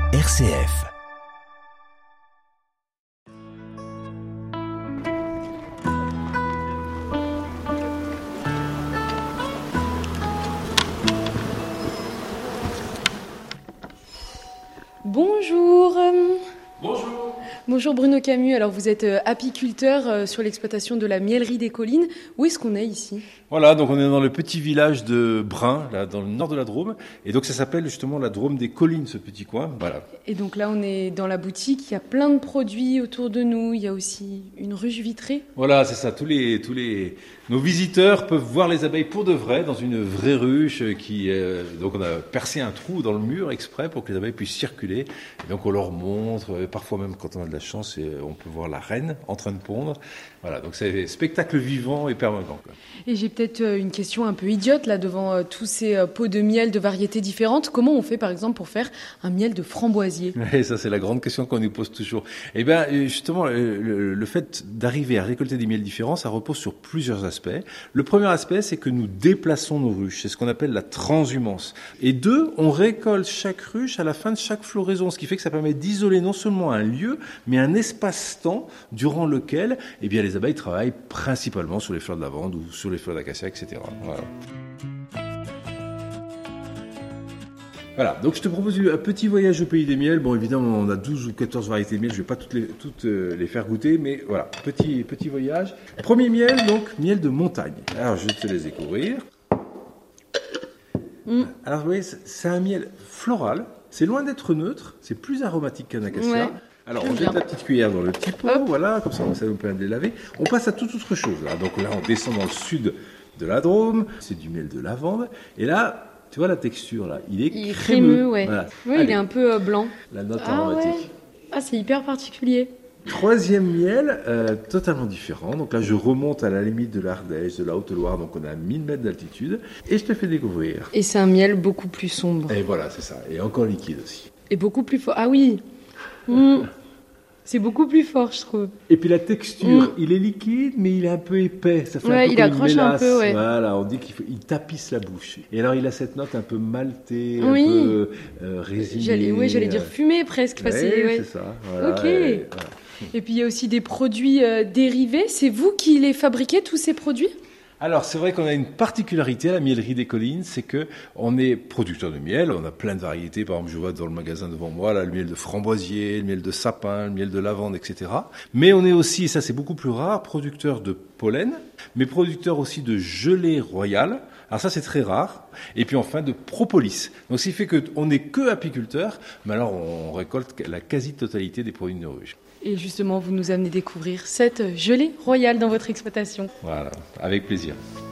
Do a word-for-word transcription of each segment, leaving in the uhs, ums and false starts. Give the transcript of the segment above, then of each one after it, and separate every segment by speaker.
Speaker 1: R C F.
Speaker 2: Bonjour.
Speaker 3: Bonjour.
Speaker 2: Bonjour Bruno Camus, alors vous êtes apiculteur sur l'exploitation de la Mielerie des Collines. Où est-ce qu'on est ici ?
Speaker 3: Voilà, donc on est dans le petit village de Brin, là, dans le nord de la Drôme. Et donc ça s'appelle justement la Drôme des Collines, ce petit coin. Voilà.
Speaker 2: Et donc là on est dans la boutique, il y a plein de produits autour de nous, il y a aussi une ruche vitrée.
Speaker 3: Voilà, c'est ça, tous les, tous les, nos visiteurs peuvent voir les abeilles pour de vrai, dans une vraie ruche qui, euh, donc on a percé un trou dans le mur exprès pour que les abeilles puissent circuler. Et donc on leur montre, parfois même quand on a de la chance, on peut voir la reine en train de pondre. Voilà, donc c'est spectacle vivant et permanent, quoi.
Speaker 2: Et j'ai peut-être une question un peu idiote là devant euh, tous ces euh, pots de miel de variétés différentes. Comment on fait par exemple pour faire un miel de framboisier ?
Speaker 3: Oui, ça c'est la grande question qu'on nous pose toujours. Eh bien justement, le, le, le fait d'arriver à récolter des miels différents, ça repose sur plusieurs aspects. Le premier aspect, c'est que nous déplaçons nos ruches. C'est ce qu'on appelle la transhumance. Et deux, on récolte chaque ruche à la fin de chaque floraison, ce qui fait que ça permet d'isoler non seulement un lieu, mais un espace-temps durant lequel eh bien, les abeilles travaillent principalement sur les fleurs de lavande ou sur les fleurs d'acacia, et cetera. Voilà. Voilà, donc je te propose un petit voyage au pays des miels. Bon, évidemment, on a douze ou quatorze variétés de miel, je ne vais pas toutes les, toutes les faire goûter, mais voilà, petit, petit voyage. Premier miel, donc, miel de montagne. Alors, je te laisse découvrir. Mm. Alors, vous voyez, c'est un miel floral, c'est loin d'être neutre, c'est plus aromatique qu'un acacia. Ouais. Alors, on jette la petite cuillère dans le petit pot, hop, voilà, comme ça, ça nous permet de les laver. On passe à toute autre chose, là. Donc là, on descend dans le sud de la Drôme, c'est du miel de lavande, et là, tu vois la texture là, il est
Speaker 2: il
Speaker 3: crémeux.
Speaker 2: crémeux ouais.
Speaker 3: Voilà.
Speaker 2: Oui, il est un peu euh, blanc.
Speaker 3: La note
Speaker 2: ah,
Speaker 3: aromatique.
Speaker 2: Ouais. Ah, c'est hyper particulier.
Speaker 3: Troisième miel, euh, totalement différent. Donc là, je remonte à la limite de l'Ardèche, de la Haute-Loire, donc on est à mille mètres d'altitude, et je te fais découvrir.
Speaker 2: Et c'est un miel beaucoup plus sombre.
Speaker 3: Et voilà, c'est ça. Et encore liquide aussi.
Speaker 2: Et beaucoup plus fort. Ah oui. Mmh. C'est beaucoup plus fort, je trouve.
Speaker 3: Et puis la texture, mmh. il est liquide, mais il est un peu épais. Ça fait
Speaker 2: ouais,
Speaker 3: un peu
Speaker 2: il
Speaker 3: comme
Speaker 2: accroche
Speaker 3: une mélasse.
Speaker 2: un peu, ouais.
Speaker 3: Voilà, on dit qu'il faut, il tapisse la bouche. Et alors, il a cette note un peu maltée,
Speaker 2: oui.
Speaker 3: un peu euh, résinée.
Speaker 2: J'allais, oui, j'allais dire fumée presque.
Speaker 3: Ouais,
Speaker 2: c'est, ouais.
Speaker 3: c'est ça. Voilà,
Speaker 2: ok.
Speaker 3: Et, voilà.
Speaker 2: Et puis il y a aussi des produits euh, dérivés. C'est vous qui les fabriquez, tous ces produits ?
Speaker 3: Alors, c'est vrai qu'on a une particularité à la Mielerie des Collines, c'est que on est producteur de miel, on a plein de variétés. Par exemple, je vois dans le magasin devant moi, là, le miel de framboisier, le miel de sapin, le miel de lavande, et cetera. Mais on est aussi, et ça c'est beaucoup plus rare, producteur de pollen, mais producteur aussi de gelée royale. Alors ça, c'est très rare. Et puis enfin, de propolis. Donc, ce qui fait qu'on n'est que apiculteur, mais alors on récolte la quasi-totalité des produits de nos ruches.
Speaker 2: Et justement, vous nous amenez découvrir cette gelée royale dans votre exploitation.
Speaker 3: Voilà, avec plaisir.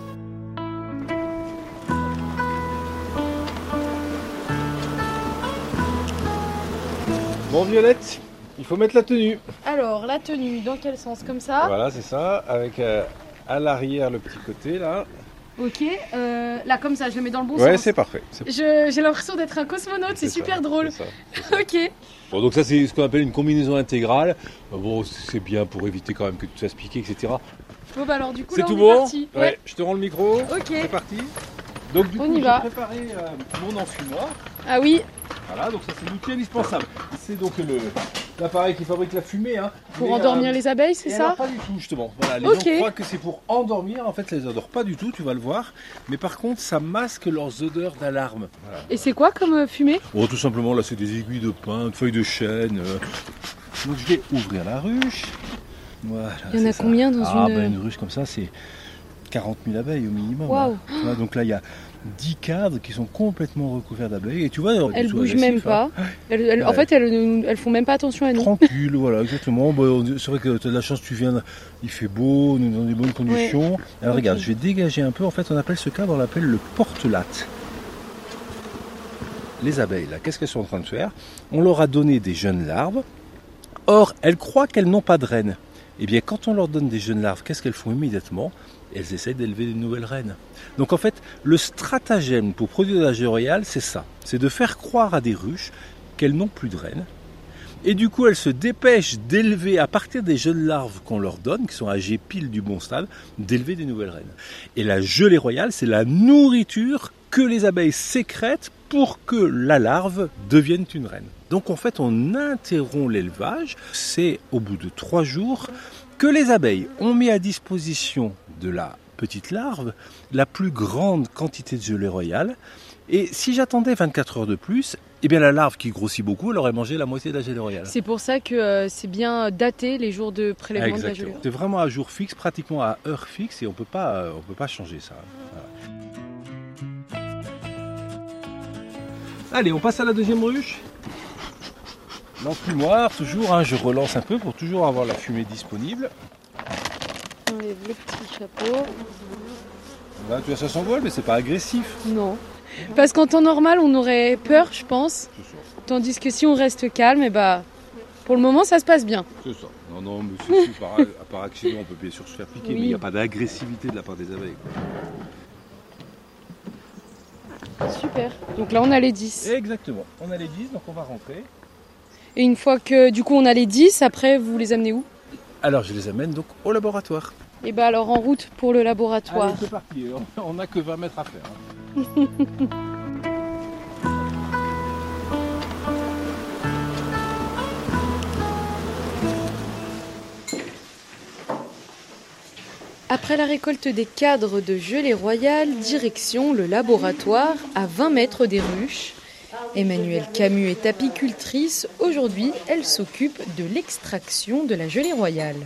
Speaker 3: Bon, Violette, il faut mettre la tenue.
Speaker 2: Alors, la tenue, dans quel sens ? Comme ça ?
Speaker 3: Voilà, c'est ça, avec euh, à l'arrière le petit côté, là.
Speaker 2: Ok, euh, là comme ça, je le mets dans le bon
Speaker 3: ouais,
Speaker 2: sens.
Speaker 3: Ouais, c'est parfait. C'est...
Speaker 2: Je, j'ai l'impression d'être un cosmonaute, c'est, c'est super
Speaker 3: ça,
Speaker 2: drôle.
Speaker 3: C'est ça, c'est ça.
Speaker 2: Ok.
Speaker 3: Bon, donc ça, c'est ce qu'on appelle une combinaison intégrale. Bon, c'est bien pour éviter quand même que tu te fasses piquer, et cetera.
Speaker 2: Bon, bah alors du coup,
Speaker 3: c'est
Speaker 2: là,
Speaker 3: tout
Speaker 2: on
Speaker 3: bon
Speaker 2: est parti.
Speaker 3: Ouais.
Speaker 2: Ouais,
Speaker 3: je te rends le micro.
Speaker 2: Ok.
Speaker 3: C'est parti. Donc du
Speaker 2: on
Speaker 3: coup,
Speaker 2: y
Speaker 3: j'ai
Speaker 2: va.
Speaker 3: préparé euh, mon enfumoir.
Speaker 2: Ah oui.
Speaker 3: Voilà, donc ça, c'est l'outil indispensable. C'est donc le... l'appareil qui fabrique la fumée. Hein.
Speaker 2: Pour
Speaker 3: mais,
Speaker 2: endormir
Speaker 3: euh,
Speaker 2: les abeilles, c'est ça ?
Speaker 3: alors, pas du tout, justement. Voilà, les
Speaker 2: okay.
Speaker 3: gens croient que c'est pour endormir. En fait, ça les endort pas du tout, tu vas le voir. Mais par contre, ça masque leurs odeurs d'alarme. Voilà.
Speaker 2: Et c'est quoi comme fumée ?
Speaker 3: Bon, tout simplement, là, c'est des aiguilles de pin, de feuilles de chêne. Euh... Donc, je vais ouvrir la ruche. Voilà,
Speaker 2: il y en a
Speaker 3: ça.
Speaker 2: combien dans
Speaker 3: ah,
Speaker 2: une...
Speaker 3: Ben, une ruche comme ça, c'est quarante mille abeilles au minimum.
Speaker 2: Wow.
Speaker 3: Hein. Donc là, il y a dix cadres qui sont complètement recouverts d'abeilles. Et tu vois,
Speaker 2: elles bougent même pas. Hein. Elles, elles, ouais. En fait, elles, elles font même pas attention à nous.
Speaker 3: Tranquille, voilà, exactement. Bon, c'est vrai que tu as de la chance, tu viens, il fait beau, nous dans des bonnes conditions. Ouais. Alors okay. Regarde, je vais dégager un peu. En fait, on appelle ce cadre, on l'appelle le porte-latte. Les abeilles, là, qu'est-ce qu'elles sont en train de faire ? On leur a donné des jeunes larves. Or, elles croient qu'elles n'ont pas de reines. Eh bien, quand on leur donne des jeunes larves, qu'est-ce qu'elles font immédiatement ? Elles essayent d'élever des nouvelles reines. Donc en fait, le stratagème pour produire de la gelée royale, c'est ça. C'est de faire croire à des ruches qu'elles n'ont plus de reines. Et du coup, elles se dépêchent d'élever, à partir des jeunes larves qu'on leur donne, qui sont âgées pile du bon stade, d'élever des nouvelles reines. Et la gelée royale, c'est la nourriture que les abeilles sécrètent pour que la larve devienne une reine. Donc en fait, on interrompt l'élevage. C'est au bout de trois jours que les abeilles ont mis à disposition de la petite larve la plus grande quantité de gelée royale. Et si j'attendais vingt-quatre heures de plus, eh bien la larve qui grossit beaucoup, elle aurait mangé la moitié de la gelée royale.
Speaker 2: C'est pour ça que euh, c'est bien daté les jours de prélèvement
Speaker 3: Exactement.
Speaker 2: de la gelée.
Speaker 3: C'est vraiment à jour fixe, pratiquement à heure fixe, et on peut pas, euh, on peut pas changer ça. Voilà. Allez, on passe à la deuxième ruche. L'enfumoir, toujours, hein, je relance un peu pour toujours avoir la fumée disponible.
Speaker 2: On enlève le petit chapeau.
Speaker 3: Là, tu vois, ça s'envole, mais c'est pas agressif.
Speaker 2: Non. Parce qu'en temps normal, on aurait peur, je pense. Tandis que si on reste calme, et bah, pour le moment, ça se passe bien.
Speaker 3: C'est ça. Non, non, mais c'est, c'est par, par accident, on peut bien sûr se faire piquer, oui. Mais il n'y a pas d'agressivité de la part des abeilles.
Speaker 2: Super. Donc là, on a les dix.
Speaker 3: Exactement. On a les dix, donc on va rentrer.
Speaker 2: Et une fois que, du coup, on a les dix, après, vous les amenez où?
Speaker 3: Alors, je les amène donc au laboratoire.
Speaker 2: Et bah alors, en route pour le laboratoire.
Speaker 3: Allez, c'est parti. On n'a que vingt mètres à faire. Hein.
Speaker 2: Après la récolte des cadres de gelée royale, direction le laboratoire à vingt mètres des ruches. Emmanuelle Camus est apicultrice. Aujourd'hui, elle s'occupe de l'extraction de la gelée royale.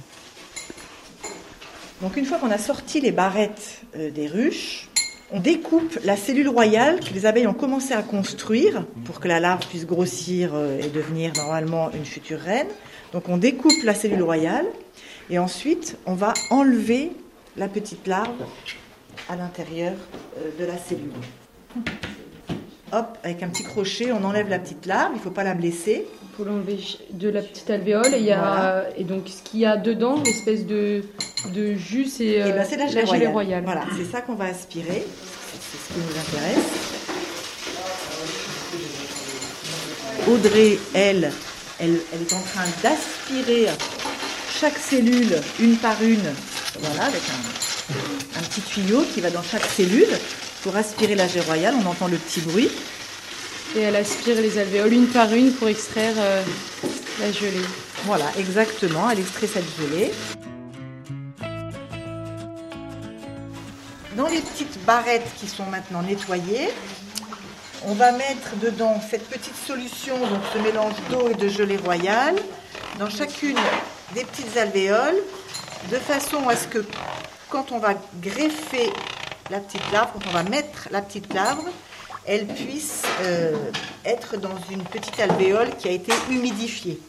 Speaker 1: Donc une fois qu'on a sorti les barrettes euh, des ruches, on découpe la cellule royale que les abeilles ont commencé à construire pour que la larve puisse grossir euh, et devenir normalement une future reine. Donc on découpe la cellule royale et ensuite on va enlever la petite larve à l'intérieur euh, de la cellule. Hop, avec un petit crochet, on enlève la petite larve, il ne faut pas la blesser.
Speaker 2: Il faut l'enlever de la petite alvéole. Et, il y a, voilà. Et donc, ce qu'il y a dedans, l'espèce de, de jus, c'est, euh,
Speaker 1: et ben, c'est la gelée,
Speaker 2: la gelée
Speaker 1: royale.
Speaker 2: royale.
Speaker 1: Voilà, c'est ça qu'on va aspirer. C'est ce qui nous intéresse. Audrey, elle, elle, elle est en train d'aspirer chaque cellule, une par une, voilà, avec un, un petit tuyau qui va dans chaque cellule. Pour aspirer la gelée royale, on entend le petit bruit.
Speaker 2: Et elle aspire les alvéoles une par une pour extraire euh, la gelée.
Speaker 1: Voilà, exactement, elle extrait cette gelée. Dans les petites barrettes qui sont maintenant nettoyées, on va mettre dedans cette petite solution, donc ce mélange d'eau et de gelée royale, dans chacune des petites alvéoles, de façon à ce que quand on va greffer la petite larve, quand on va mettre la petite larve, elle puisse euh, être dans une petite alvéole qui a été humidifiée.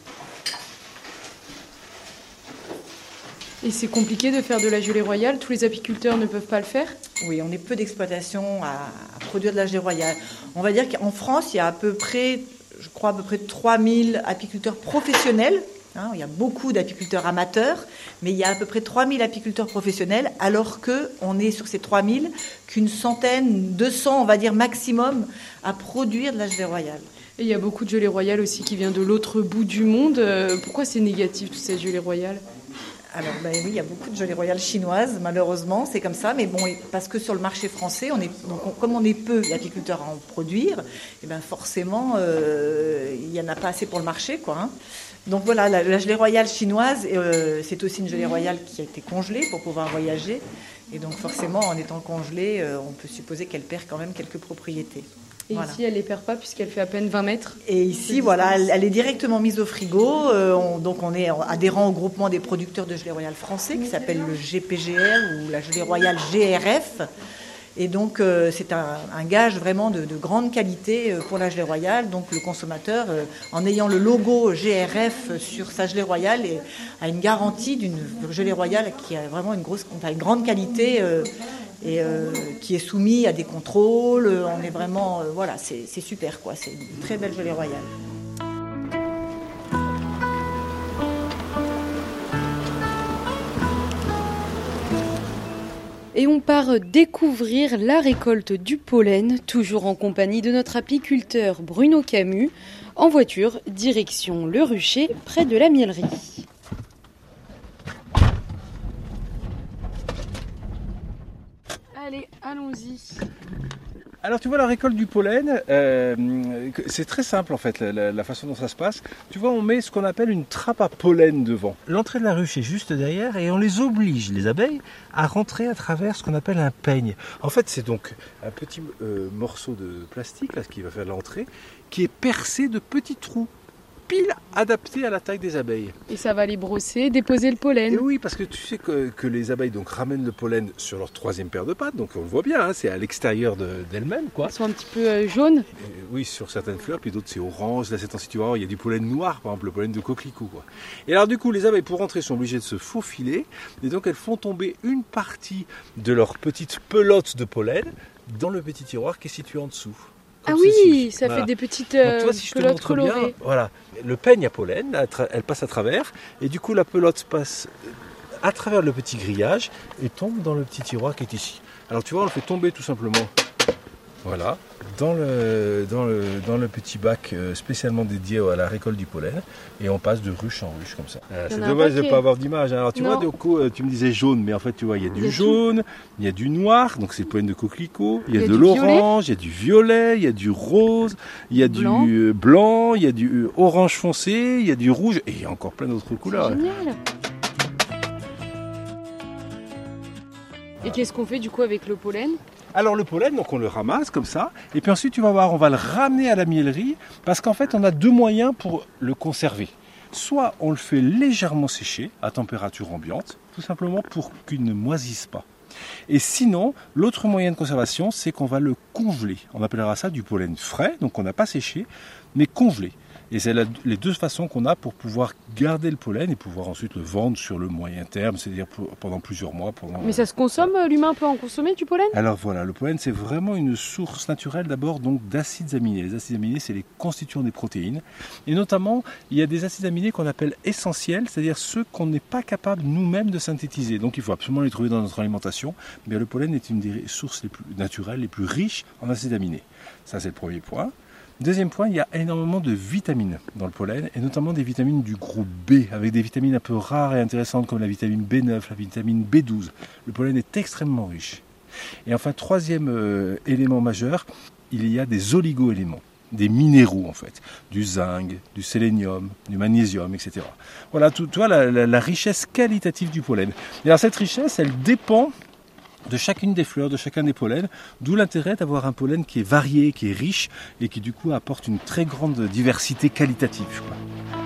Speaker 2: Et c'est compliqué de faire de la gelée royale? Tous les apiculteurs ne peuvent pas le faire?
Speaker 1: Oui, on est peu d'exploitation à, à produire de la gelée royale. On va dire qu'en France, il y a à peu près, je crois, à peu près trois mille apiculteurs professionnels. Hein, il y a beaucoup d'apiculteurs amateurs, mais il y a à peu près trois mille apiculteurs professionnels, alors qu'on est sur ces trois mille qu'une centaine, deux cents, on va dire maximum, à produire de la gelée royale.
Speaker 2: Et il y a beaucoup de gelée royale aussi qui vient de l'autre bout du monde. Euh, pourquoi c'est négatif, toute cette gelée royale?
Speaker 1: Alors ben oui, il y a beaucoup de gelée royale chinoise, malheureusement, c'est comme ça, mais bon, parce que sur le marché français, on est, donc on, comme on est peu d'apiculteurs à en produire, et ben forcément, euh, il n'y en a pas assez pour le marché, quoi. Hein. Donc voilà, la, la gelée royale chinoise, euh, c'est aussi une gelée royale qui a été congelée pour pouvoir voyager. Et donc forcément, en étant congelée, euh, on peut supposer qu'elle perd quand même quelques propriétés.
Speaker 2: Et voilà. Ici, elle ne les perd pas puisqu'elle fait à peine vingt mètres.
Speaker 1: Et ici, voilà, elle, elle est directement mise au frigo. Euh, on, donc on est adhérent au groupement des producteurs de gelée royale français qui s'appelle le G P G R ou la gelée royale G R F. Et donc, euh, c'est un, un gage vraiment de, de grande qualité pour la gelée royale. Donc, le consommateur, euh, en ayant le logo G R F sur sa gelée royale, est, a une garantie d'une gelée royale qui a vraiment une, grosse, enfin, une grande qualité euh, et euh, qui est soumise à des contrôles. On est vraiment, euh, voilà, c'est, c'est super, quoi. C'est une très belle gelée royale.
Speaker 2: Et on part découvrir la récolte du pollen, toujours en compagnie de notre apiculteur Bruno Camus, en voiture, direction Le Rucher, près de la miellerie. Allez, allons-y.
Speaker 3: Alors tu vois la récolte du pollen, euh, c'est très simple en fait la, la, la façon dont ça se passe. Tu vois on met ce qu'on appelle une trappe à pollen devant. L'entrée de la ruche est juste derrière et on les oblige, les abeilles, à rentrer à travers ce qu'on appelle un peigne. En fait c'est donc un petit euh, morceau de plastique là, ce qui va faire l'entrée, qui est percé de petits trous. Pile adapté à la taille des abeilles.
Speaker 2: Et ça va les brosser, déposer le pollen.
Speaker 3: Et oui, parce que tu sais que, que les abeilles donc, ramènent le pollen sur leur troisième paire de pattes, donc on le voit bien, hein, c'est à l'extérieur de, d'elles-mêmes. Quoi.
Speaker 2: Elles sont un petit peu euh, jaunes.
Speaker 3: Et, oui, sur certaines fleurs, puis d'autres c'est orange. Là, c'est ainsi, tu vois, il y a du pollen noir, par exemple le pollen de coquelicot. Quoi. Et alors du coup, les abeilles pour rentrer sont obligées de se faufiler, et donc elles font tomber une partie de leur petite pelote de pollen dans le petit tiroir qui est situé en dessous.
Speaker 2: Comme ah oui, ceci. Ça voilà. Fait des petites euh,
Speaker 3: donc, toi, si je
Speaker 2: pelotes
Speaker 3: te montre
Speaker 2: colorées.
Speaker 3: Bien, voilà, le peigne à pollen, elle passe à travers, et du coup la pelote passe à travers le petit grillage et tombe dans le petit tiroir qui est ici. Alors tu vois, on le fait tomber tout simplement, voilà, dans le, dans le, dans le petit bac spécialement dédié à la récolte du pollen, et on passe de ruche en ruche comme ça. Euh, c'est dommage de ne pas avoir d'image. Alors tu non. vois, coup, tu me disais jaune, mais en fait tu vois, il y a du il y a jaune, tout. Il y a du noir, donc c'est le pollen de coquelicot, il y a, il y a de l'orange, il y a du violet, il y a du rose, il y a blanc. du blanc, il y a du orange foncé, il y a du rouge, et il y a encore plein d'autres couleurs.
Speaker 2: C'est génial. Et qu'est-ce qu'on fait du coup avec le pollen ?
Speaker 3: Alors le pollen, donc on le ramasse comme ça, et puis ensuite tu vas voir, on va le ramener à la miellerie, parce qu'en fait on a deux moyens pour le conserver. Soit on le fait légèrement sécher à température ambiante, tout simplement pour qu'il ne moisisse pas. Et sinon, l'autre moyen de conservation, c'est qu'on va le congeler. On appellera ça du pollen frais, donc on n'a pas séché, mais congelé. Et c'est la, les deux façons qu'on a pour pouvoir garder le pollen et pouvoir ensuite le vendre sur le moyen terme, c'est-à-dire pour, pendant plusieurs mois. Pendant,
Speaker 2: Mais ça se consomme, ça. L'humain peut en consommer du pollen ?
Speaker 3: Alors voilà, le pollen c'est vraiment une source naturelle d'abord donc d'acides aminés. Les acides aminés c'est les constituants des protéines. Et notamment, il y a des acides aminés qu'on appelle essentiels, c'est-à-dire ceux qu'on n'est pas capable nous-mêmes de synthétiser. Donc il faut absolument les trouver dans notre alimentation. Mais le pollen est une des sources les plus naturelles, les plus riches en acides aminés. Ça c'est le premier point. Deuxième point, il y a énormément de vitamines dans le pollen, et notamment des vitamines du groupe B, avec des vitamines un peu rares et intéressantes comme la vitamine B neuf, la vitamine B douze. Le pollen est extrêmement riche. Et enfin, troisième euh, élément majeur, il y a des oligo-éléments, des minéraux en fait, du zinc, du sélénium, du magnésium, et cetera. Voilà, tout, tu vois, la, la, la richesse qualitative du pollen. Et alors cette richesse, elle dépend de chacune des fleurs, de chacun des pollens, d'où l'intérêt d'avoir un pollen qui est varié, qui est riche et qui du coup apporte une très grande diversité qualitative. Je crois.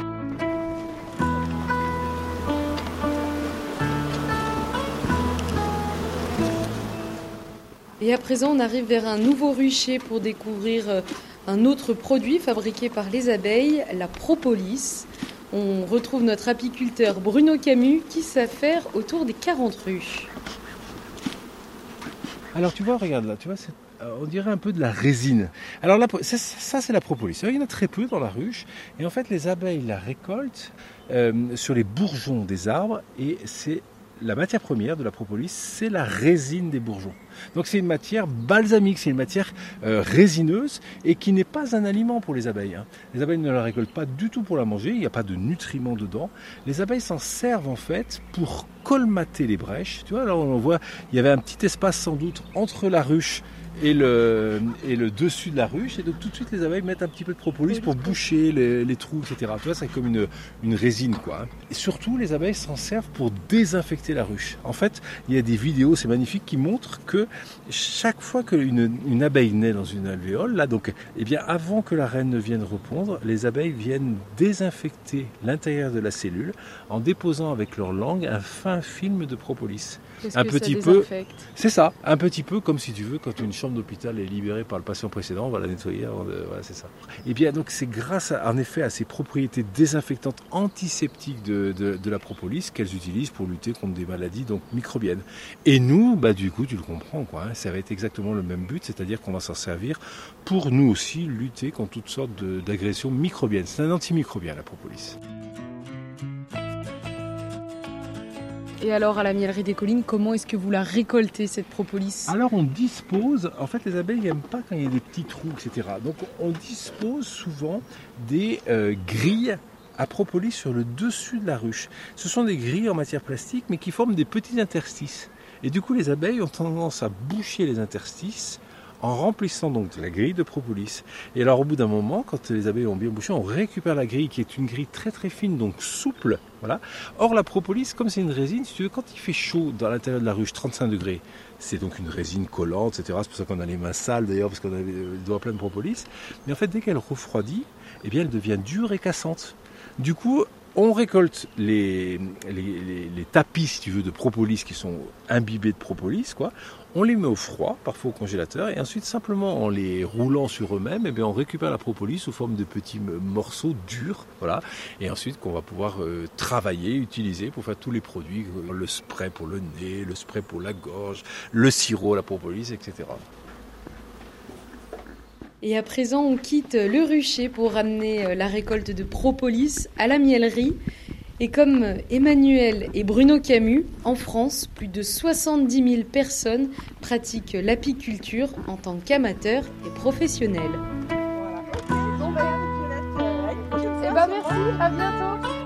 Speaker 2: Et à présent, on arrive vers un nouveau rucher pour découvrir un autre produit fabriqué par les abeilles, la propolis. On retrouve notre apiculteur Bruno Camus qui s'affaire autour des quarante ruches.
Speaker 3: Alors tu vois, regarde là, tu vois, c'est, euh, on dirait un peu de la résine. Alors là, ça, ça c'est la propolis. Il y en a très peu dans la ruche. Et en fait, les abeilles la récoltent euh, sur les bourgeons des arbres. Et c'est la matière première de la propolis, c'est la résine des bourgeons. Donc c'est une matière balsamique, c'est une matière euh, résineuse et qui n'est pas un aliment pour les abeilles. Hein. Les abeilles ne la récoltent pas du tout pour la manger, il n'y a pas de nutriments dedans. Les abeilles s'en servent en fait pour colmater les brèches. Tu vois, là on voit, il y avait un petit espace sans doute entre la ruche et le, et le dessus de la ruche, et donc tout de suite les abeilles mettent un petit peu de propolis pour boucher les, les trous, et cetera. Tu vois, c'est comme une, une résine, quoi. Et surtout, les abeilles s'en servent pour désinfecter la ruche. En fait, il y a des vidéos, c'est magnifique, qui montrent que chaque fois qu'une une abeille naît dans une alvéole, là, donc, eh bien, avant que la reine ne vienne répondre, les abeilles viennent désinfecter l'intérieur de la cellule en déposant avec leur langue un fin film de propolis.
Speaker 2: Qu'est-ce
Speaker 3: un
Speaker 2: que
Speaker 3: petit
Speaker 2: ça
Speaker 3: peu,
Speaker 2: désinfecte ?
Speaker 3: C'est ça, un petit peu comme si tu veux quand une chambre d'hôpital est libérée par le patient précédent, on va la nettoyer avant de, voilà, c'est ça. Et bien donc c'est grâce à, en effet à ces propriétés désinfectantes antiseptiques de, de, de la propolis qu'elles utilisent pour lutter contre des maladies donc microbiennes. Et nous, bah du coup tu le comprends quoi, hein, ça va être exactement le même but, c'est-à-dire qu'on va s'en servir pour nous aussi lutter contre toutes sortes de, d'agressions microbiennes. C'est un antimicrobien la propolis.
Speaker 2: Et alors, à la Mielerie des Collines, comment est-ce que vous la récoltez, cette propolis ?
Speaker 3: Alors, on dispose, en fait, les abeilles n'aiment pas quand il y a des petits trous, et cetera. Donc, on dispose souvent des euh, grilles à propolis sur le dessus de la ruche. Ce sont des grilles en matière plastique, mais qui forment des petits interstices. Et du coup, les abeilles ont tendance à boucher les interstices en remplissant donc la grille de propolis. Et alors au bout d'un moment, quand les abeilles ont bien bouché, on récupère la grille qui est une grille très très fine, donc souple. Voilà. Or la propolis, comme c'est une résine, si tu veux, quand il fait chaud dans l'intérieur de la ruche, trente-cinq degrés, c'est donc une résine collante, et cetera. C'est pour ça qu'on a les mains sales d'ailleurs, parce qu'on a les doigts pleins de propolis. Mais en fait, dès qu'elle refroidit, eh bien, elle devient dure et cassante. Du coup, on récolte les, les, les, les tapis, si tu veux, de propolis qui sont imbibés de propolis, quoi. On les met au froid, parfois au congélateur, et ensuite, simplement en les roulant sur eux-mêmes, eh bien, on récupère la propolis sous forme de petits morceaux durs, voilà. Et ensuite, qu'on va pouvoir euh, travailler, utiliser pour faire tous les produits, le spray pour le nez, le spray pour la gorge, le sirop, la propolis, et cetera.
Speaker 2: Et à présent, on quitte le rucher pour ramener la récolte de propolis à la mielerie. Et comme Emmanuel et Bruno Camus, en France, plus de soixante-dix mille personnes pratiquent l'apiculture en tant qu'amateurs et professionnels.
Speaker 4: Voilà. Bon, ben, je vous laisse, euh, à une prochaine fois.
Speaker 2: Eh ben merci, à bientôt.